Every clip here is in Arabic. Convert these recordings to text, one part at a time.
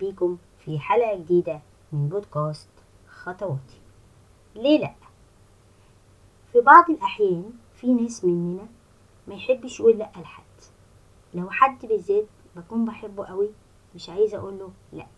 بيكم في حلقة جديدة من بودكاست خطواتي. ليه لأ؟ في بعض الأحيان في ناس مننا ما يحبش يقول لأ لحد. لو حد بالذات بكون بحبه قوي مش عايزة أقوله لأ،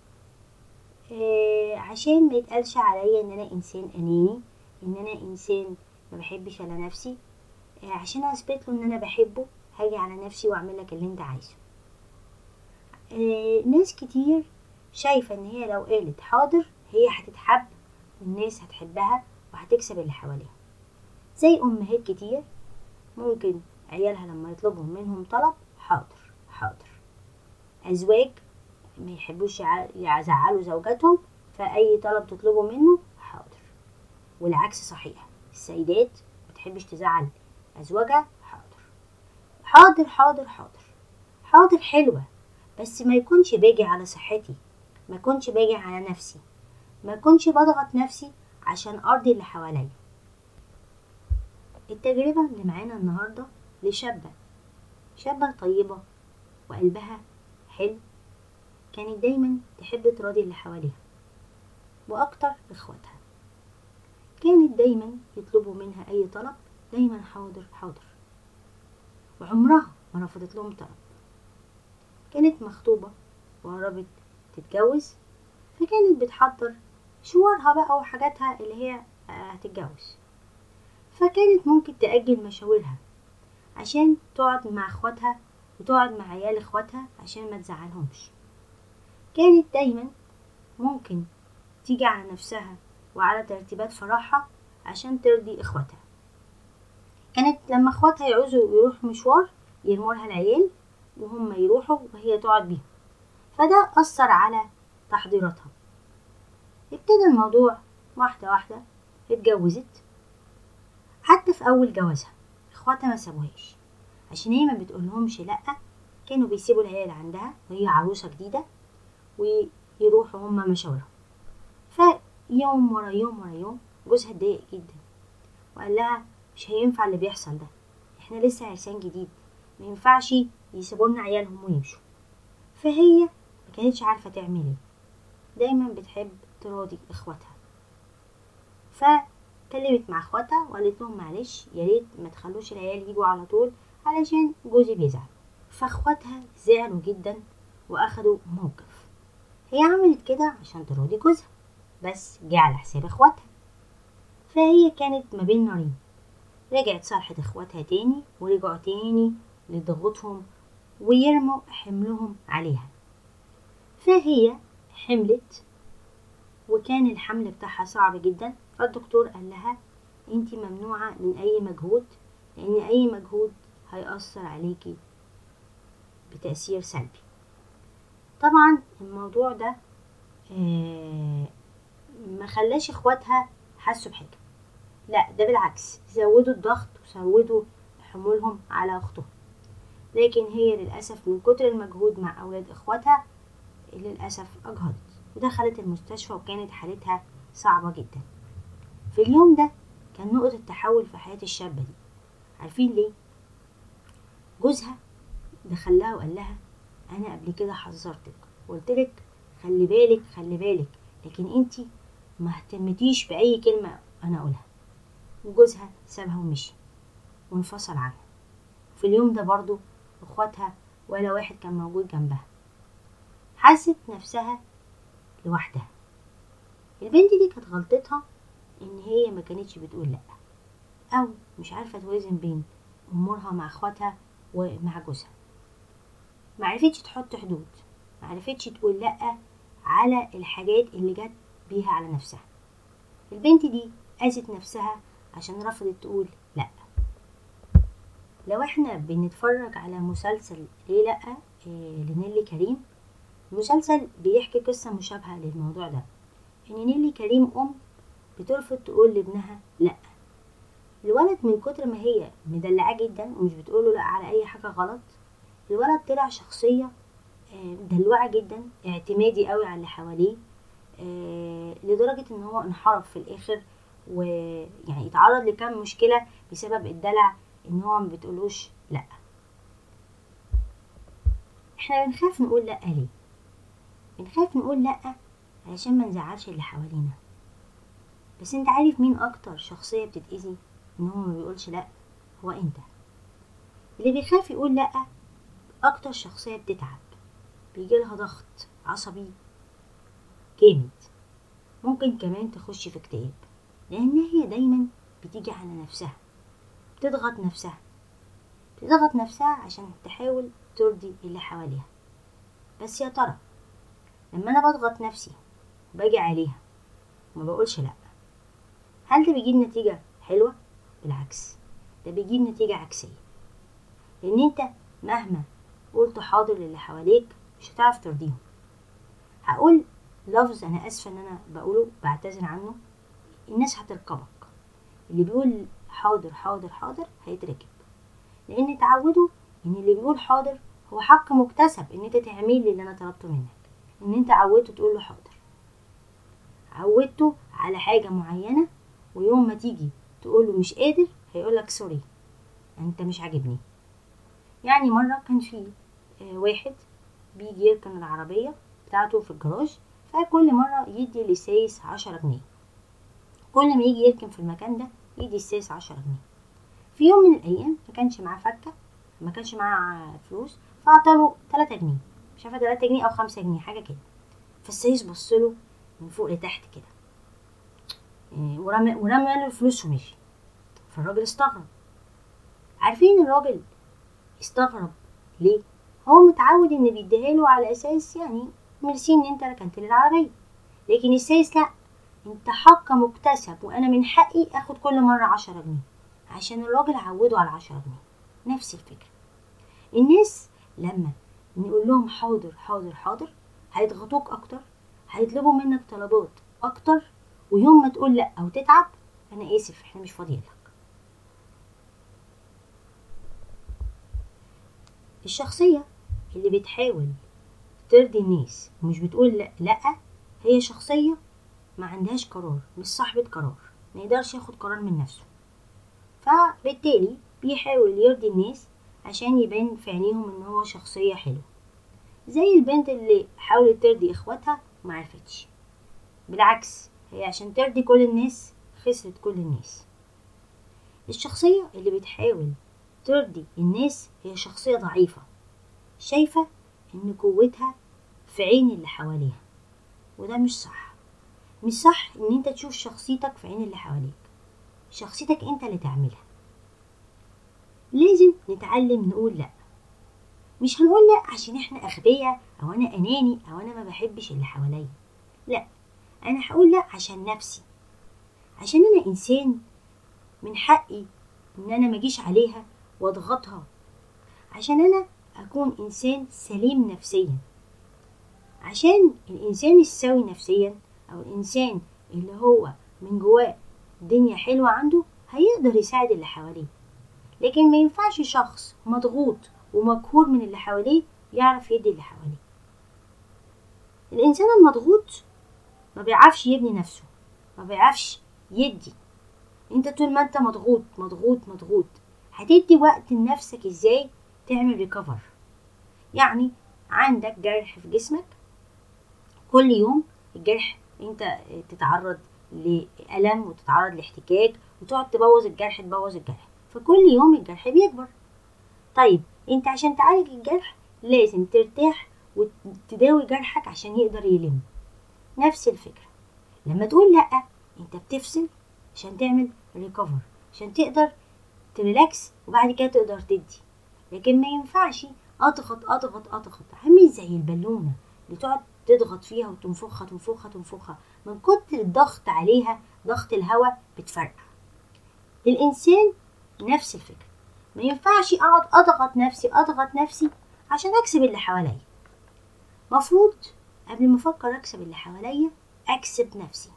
عشان ما يتقالش عليا ان انا انسان اناني، ان انا انسان ما بحبش على نفسي. عشان اثبت له ان انا بحبه هاجي على نفسي واعمل لك اللي انت عايزه. ناس كتير شايفة ان هي لو قالت حاضر هي هتتحب والناس هتحبها وهتكسب اللي حواليها. زي امهات كتير ممكن عيالها لما يطلبوا منهم طلب حاضر حاضر. ازواج ما يحبوش يزعلوا زوجاتهم، فاي طلب تطلبه منه حاضر. والعكس صحيح، السيدات ما تحبش تزعل ازواجها حاضر حاضر حاضر حاضر حاضر. حلوة، بس ما يكونش باجي على صحتي، ما يكونش باجي على نفسي، ما يكونش بضغط نفسي عشان ارضي اللي حواليا. التجربة اللي معانا النهاردة شابة طيبة وقلبها حلو، كانت دايما تحب تراضي اللي حواليها واكتر اخواتها. كانت دايما يطلبوا منها اي طلب دايما حاضر حاضر، وعمرها ما رفضت لهم طلب. كانت مخطوبة وقربت تتجوز، فكانت بتحضر شوارها بقى وحاجاتها اللي هي هتتجوز، فكانت ممكن تأجل مشاورها عشان تقعد مع اخواتها وتقعد مع عيال اخواتها عشان ما تزعلهمش. كانت دايما ممكن تيجي على نفسها وعلى ترتيبات فرحها عشان ترضي اخواتها. كانت لما اخواتها يعوزوا يروحوا مشوار يرمولها العيال وهم يروحوا وهي تقعد بيهم، فده أثر على تحضيراتها. ابتدى الموضوع واحدة واحدة، اتجوزت. حتى في أول جوازها اخواتها ما سابوهاش عشان هي ما بتقولهمش لأ، كانوا بيسيبوا العيال عندها وهي عروسة جديدة ويروحوا هما مشاورهم. فيوم ورا يوم ورا يوم جوزها اتضايق جدا وقال لها مش هينفع اللي بيحصل ده، احنا لسه عرسان جديد، ما ينفعش يسيبولنا عيالهم ويمشوا. فهي ما كانتش عارفة تعمل ايه، دايما بتحب تراضي اخواتها. فكلمت مع اخواتها وقالت لهم معلش يا ريت ما تخلوش العيال يجوا على طول علشان جوزي بيزعل. فاخواتها زعلوا جدا واخدوا موقف. هي عملت كده عشان تراضي جوزها بس جه على حساب اخواتها، فهي كانت ما بين نارين. رجعت صالحت اخواتها تاني ورجعوا تاني لضغطهم ويرموا حملهم عليها. فهي حملت وكان الحمل بتاعها صعب جدا، فالدكتور قال لها انتي ممنوعة من اي مجهود، لان اي مجهود هيأثر عليكي بتأثير سلبي. طبعا الموضوع ده ما خلاش اخواتها حسوا بحاجة، لا ده بالعكس زودوا الضغط وزودوا حمولهم على اختهم. لكن هي للأسف من كتر المجهود مع اولاد اخواتها للأسف اجهضت ودخلت المستشفى وكانت حالتها صعبة جدا. في اليوم ده كان نقطة تحول في حياة الشابة دي. عارفين ليه؟ جوزها دخلها وقال لها انا قبل كده حذرتك وقلتلك خلي بالك خلي بالك، لكن انتي ما اهتمتيش بأي كلمة انا اقولها. وجوزها سابها ومشي وانفصل عنها. في اليوم ده برضو اخواتها ولا واحد كان موجود جنبها، حست نفسها لوحدها. البنت دي كانت غلطتها ان هي ما كانتش بتقول لا، او مش عارفة توازن بين امورها مع اخواتها ومع جوزها. معرفتش تحط حدود، معرفتش تقول لا على الحاجات اللي جت بيها على نفسها. البنت دي قاست نفسها عشان رفضت تقول لا. لو احنا بنتفرج على مسلسل ليه لا لنيلي كريم، المسلسل بيحكي قصة مشابهة للموضوع ده، ان نيلي كريم بترفض تقول لابنها لا. الولد من كتر ما هي مدلعاه جدا ومش بتقوله لا على اي حاجة غلط، الولد طلع شخصية دلوعة جدا، اعتمادي قوي على اللي حواليه، لدرجة ان هو انحرف في الاخر ويعني اتعرض لكم مشكلة بسبب الدلع ان هو ما بتقولوش لا. احنا بنخاف نقول لا ليه؟ بنخاف نقول لأ علشان ما نزعلش اللي حوالينا. بس انت عارف مين اكتر شخصية بتتأذي ان هو ما بيقولش لأ؟ هو انت. اللي بيخاف يقول لأ اكتر شخصية بتتعب، بيجيلها ضغط عصبي جامد، ممكن كمان تخش في اكتئاب، لان هي دايما بتيجي على نفسها، بتضغط نفسها عشان تحاول ترضي اللي حواليها. بس يا ترى لما انا بضغط نفسي وباجي عليها وما بقولش لا، هل ده بيجيب نتيجة حلوة؟ بالعكس، ده بيجيب نتيجة عكسية. لان انت مهما قلت حاضر للي حواليك مش هتعرف ترضيهم. هقول لفظ انا اسفة ان انا بقوله، بعتذر عنه، الناس هتركبك. اللي بيقول حاضر حاضر حاضر هيتركب، لان اتعودوا ان اللي بيقول حاضر هو حق مكتسب ان انت تعمل لي اللي انا طلبته منك. ان انت عودته تقول له حاضر، عودته على حاجة معينة، ويوم ما تيجي تقول له مش قادر هيقولك سوري انت مش عاجبني. يعني مرة كان في واحد بيجي يركن العربية بتاعته في الجراج، فكل مرة يدي للسايس 10 جنيه. كل ما يجي يركن في المكان ده يدي السايس 10 جنيه. في يوم من الايام ما كانش معاه فكة، ما كانش معاه فلوس، فاعطاله 3 جنيه، مش عارفة 3 جنيه او 5 جنيه حاجة كده. فالسايس بصله من فوق لتحت كده، ورمى له الفلوس ومشي. فالراجل استغرب. عارفين الراجل استغرب ليه؟ هو متعود ان بيديها له على اساس يعني ميرسي ان انت ركنت لي العربيه، لكن السايس لا، انت حق مكتسب وانا من حقي اخد كل مره 10 جنيه، عشان الراجل عوده على 10 جنيه. نفس الفكره، الناس لما نقول لهم حاضر حاضر حاضر هيضغطوك اكتر، هيطلبوا منك طلبات اكتر، ويوم ما تقول لا او تتعب انا اسف احنا مش فاضيين لك. الشخصيه اللي بتحاول ترضي الناس ومش بتقول لا هي شخصيه ما عندهاش قرار، مش صاحبه قرار، ما يقدرش ياخد قرار من نفسه، فبالتالي بيحاول يرضي الناس عشان يبان في عينيهم ان هو شخصيه حلوه. زي البنت اللي حاولت ترضي اخواتها ومعرفتش، بالعكس هي عشان ترضي كل الناس خسرت كل الناس. الشخصية اللي بتحاول ترضي الناس هي شخصية ضعيفة، شايفة ان قوتها في عين اللي حواليها، وده مش صح. مش صح ان انت تشوف شخصيتك في عين اللي حواليك، شخصيتك انت اللي تعملها. لازم نتعلم نقول لا. مش هنقول لا عشان احنا اغبياء او انا اناني او انا ما بحبش اللي حواليا، لا، انا هقول لا عشان نفسي، عشان انا انسان من حقي ان انا مجيش عليها واضغطها، عشان انا اكون انسان سليم نفسيا. عشان الانسان السوي نفسيا او الانسان اللي هو من جواه دنيا حلوة عنده هيقدر يساعد اللي حواليه. لكن ما ينفعش شخص مضغوط ومقهور من اللي حواليه يعرف يدي اللي حواليه. الانسان المضغوط ما بيعرفش يبني نفسه، ما بيعرفش يدي. انت طول ما انت مضغوط مضغوط مضغوط هتدي وقت لنفسك ازاي تعمل ريكفر؟ يعني عندك جرح في جسمك، كل يوم الجرح انت تتعرض لألم وتتعرض لاحتكاك وتقعد تبوظ الجرح، فكل يوم الجرح بيكبر. طيب انت عشان تعالج الجرح لازم ترتاح وتداوي جرحك عشان يقدر يلم. نفس الفكرة، لما تقول لأ انت بتفصل عشان تعمل ريكفر، عشان تقدر تريلاكس وبعد كده تقدر تدي. لكن ما ينفعش اضغط اضغط اضغط، عامل زي البالونة اللي تقعد تضغط فيها وتنفخها تنفخها تنفخها، من كتر الضغط عليها ضغط الهواء بتفرقع. الانسان نفس الفكرة، ما ينفعش اقعد اضغط نفسي عشان اكسب اللي حواليا. مفروض قبل ما افكر اكسب اللي حواليا اكسب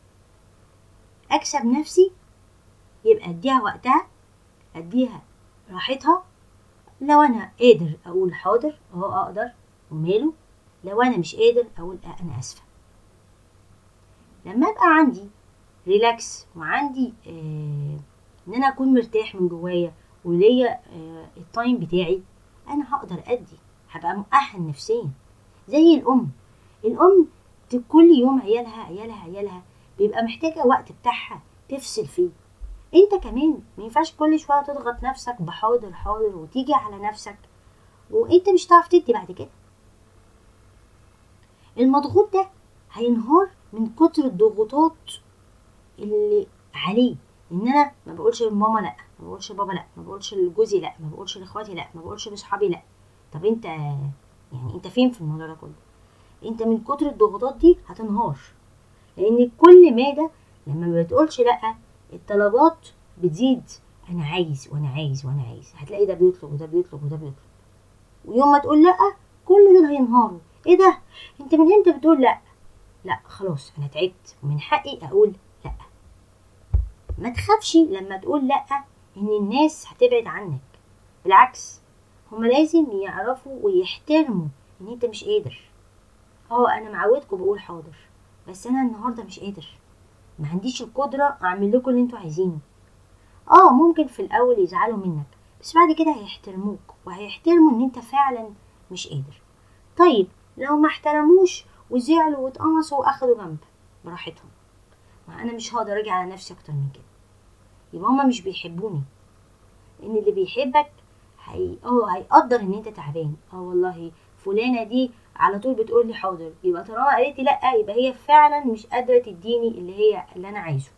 نفسي، يبقى اديها وقتها، اديها راحتها. لو انا قادر اقول حاضر اقدر وماله، لو انا مش قادر اقول انا اسفة. لما ابقى عندي ريلاكس وعندي ان انا اكون مرتاح من جوايا وليا التايم بتاعي، انا هقدر ادي، هبقى مؤهل نفسيا. زي الام الام كل يوم عيالها عيالها عيالها، بيبقى محتاجة وقت بتاعها تفصل فيه. انت كمان ما ينفعش كل شوية تضغط نفسك بحاضر حاضر وتيجي على نفسك وانت مش هتعرف تدي بعد كده. المضغوط ده هينهار من كتر الضغوطات اللي عليه، ان انا ما بقولش لماما لا، ما بقولش لبابا لا، ما بقولش لجوزي لا، ما بقولش لاخواتي لا، ما بقولش لاصحابي لا. طب انت يعني انت فين في الموضوع ده كله؟ انت من كتر الضغوطات دي هتنهار، لان كل مادة لما ما بتقولش لا الطلبات بتزيد. انا عايز وانا عايز وانا عايز، هتلاقي ده بيطلب وده بيطلب وده بيطلب، ويوم ما تقول لا كل دول هينهاروا. ايه ده؟ انت من امتى بتقول لا؟ لا خلاص انا تعبت ومن حقي اقول لا. ما تخافش لما تقول لا ان الناس هتبعد عنك، بالعكس هما لازم يعرفوا ويحترموا ان انت مش قادر. انا معودكم بقول حاضر، بس انا النهارده مش قادر، ما عنديش القدرة اعمل لكم اللي انتوا عايزينه. ممكن في الاول يزعلوا منك، بس بعد كده هيحترموك وهيحترموا ان انت فعلا مش قادر. طيب لو ما احترموش وزعلوا واتقمصوا واخدوا جنب، براحتهم، ما انا مش هقدر اجي على نفسي اكتر من كده. يبقى هما مش بيحبوني، ان اللي بيحبك هيقدر ان انت تعبان. والله فلانة دي على طول بتقول لي حاضر، يبقى طالما قالت لي لا يبقى هي فعلا مش قادرة تديني اللي انا عايزه.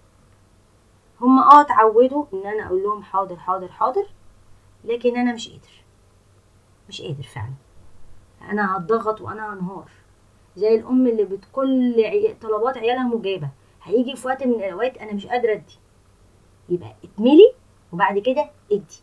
هما اتعودوا ان انا اقول لهم حاضر حاضر حاضر، لكن انا مش قادر فعلا. انا هتضغط وانا هنهار، زي الام اللي بتكل طلبات عيالها مجابة، هيجي في وقت من الاوقات انا مش قادرة ادي، يبقى اتملي وبعد كده ادي.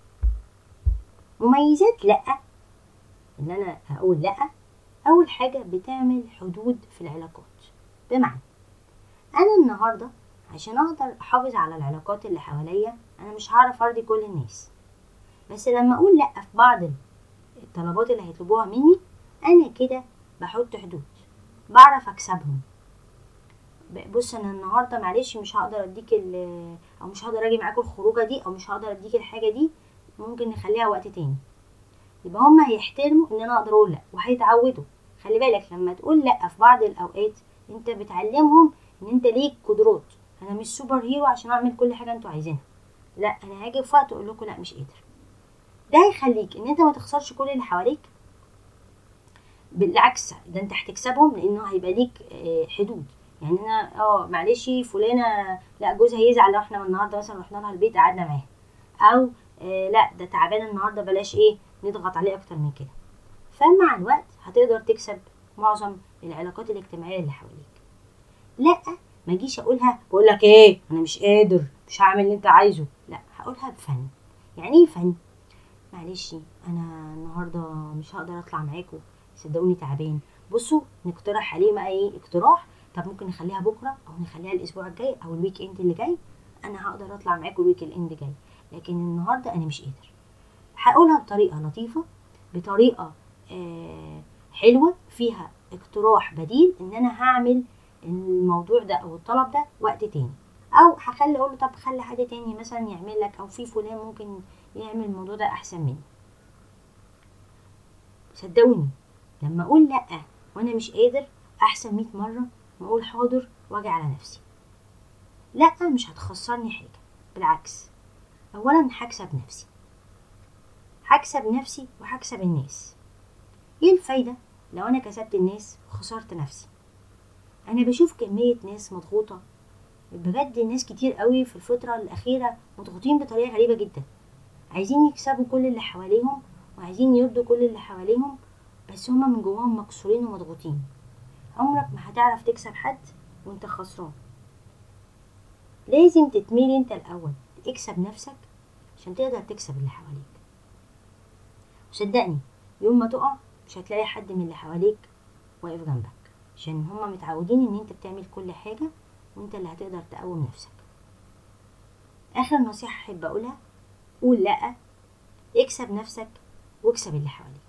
مميزات لا، ان انا هقول لا. اول حاجة بتعمل حدود في العلاقات، بمعنى انا النهاردة عشان اقدر احافظ على العلاقات اللي حواليا انا مش هعرف ارضي كل الناس، بس لما اقول لا في بعض الطلبات اللي هيطلبوها مني انا كده بحط حدود، بعرف اكسبهم. بص انا النهارده معلش مش هقدر اديك او مش هقدر اجي معاكم الخروجه دي، او مش هقدر اديك الحاجه دي، ممكن نخليها وقت تاني. يبقى هما هيحترموا ان انا اقدر اقول لا وهيتعودوا. خلي بالك لما تقول لا في بعض الاوقات انت بتعلمهم ان انت ليك قدرات، انا مش سوبر هيرو عشان اعمل كل حاجه انتوا عايزينها، لا انا هاجي في وقت اقول لكم لا مش قادر. ده هيخليك ان انت ما تخسرش كل اللي حواليك، بالعكس ده انت هتكسبهم، لانه هيبقى ليك حدود. يعني انا معلش فلانه لا جوزها يزعل لو احنا النهارده مثلا رحنا لها البيت قعدنا معاها، او لا ده تعبان النهارده بلاش نضغط عليه اكتر من كده. فمع الوقت هتقدر تكسب معظم العلاقات الاجتماعيه اللي حواليك. لا ما اجيش اقولها بقول لك انا مش قادر مش هعمل اللي انت عايزه، لا هقولها بفن. يعني ايه فن؟ معلش انا النهارده مش هقدر اطلع معاكم، صدقوني تعبان. بصوا نقترح عليه بقى اقتراح، طب ممكن نخليها بكره او نخليها الاسبوع الجاي او الويك اند اللي جاي، انا هقدر اطلع معاكم الويك اند جاي، لكن النهارده انا مش قادر. هقولها بطريقه لطيفه، بطريقه حلوه فيها اقتراح بديل، ان انا هعمل الموضوع ده او الطلب ده وقت تاني، او اقول له طب خلي حد تاني مثلا يعمل لك، او في فلان ممكن يعمل الموضوع ده احسن مني. صدقوني لما اقول لا وانا مش قادر احسن 100 مره ما اقول حاضر واجي على نفسي. لا مش هتخسرني حاجه، بالعكس اولا هكسب نفسي وهكسب الناس. ايه الفايده لو انا كسبت الناس وخسرت نفسي؟ انا بشوف كميه ناس مضغوطه بجد، ناس كتير قوي في الفتره الاخيره مضغوطين بطريقه غريبه جدا، عايزين يكسبوا كل اللي حواليهم وعايزين يرضوا كل اللي حواليهم، بس هما من جواهم مكسورين ومضغوطين. عمرك ما هتعرف تكسب حد وانت خسران. لازم تتميل انت الاول، اكسب نفسك عشان تقدر تكسب اللي حواليك. وصدقني يوم ما تقع مش هتلاقي حد من اللي حواليك واقف جنبك، عشان هما متعودين ان انت بتعمل كل حاجة وانت اللي هتقدر تقوم نفسك. اخر نصيحة احب اقولها، قول لا، اكسب نفسك واكسب اللي حواليك.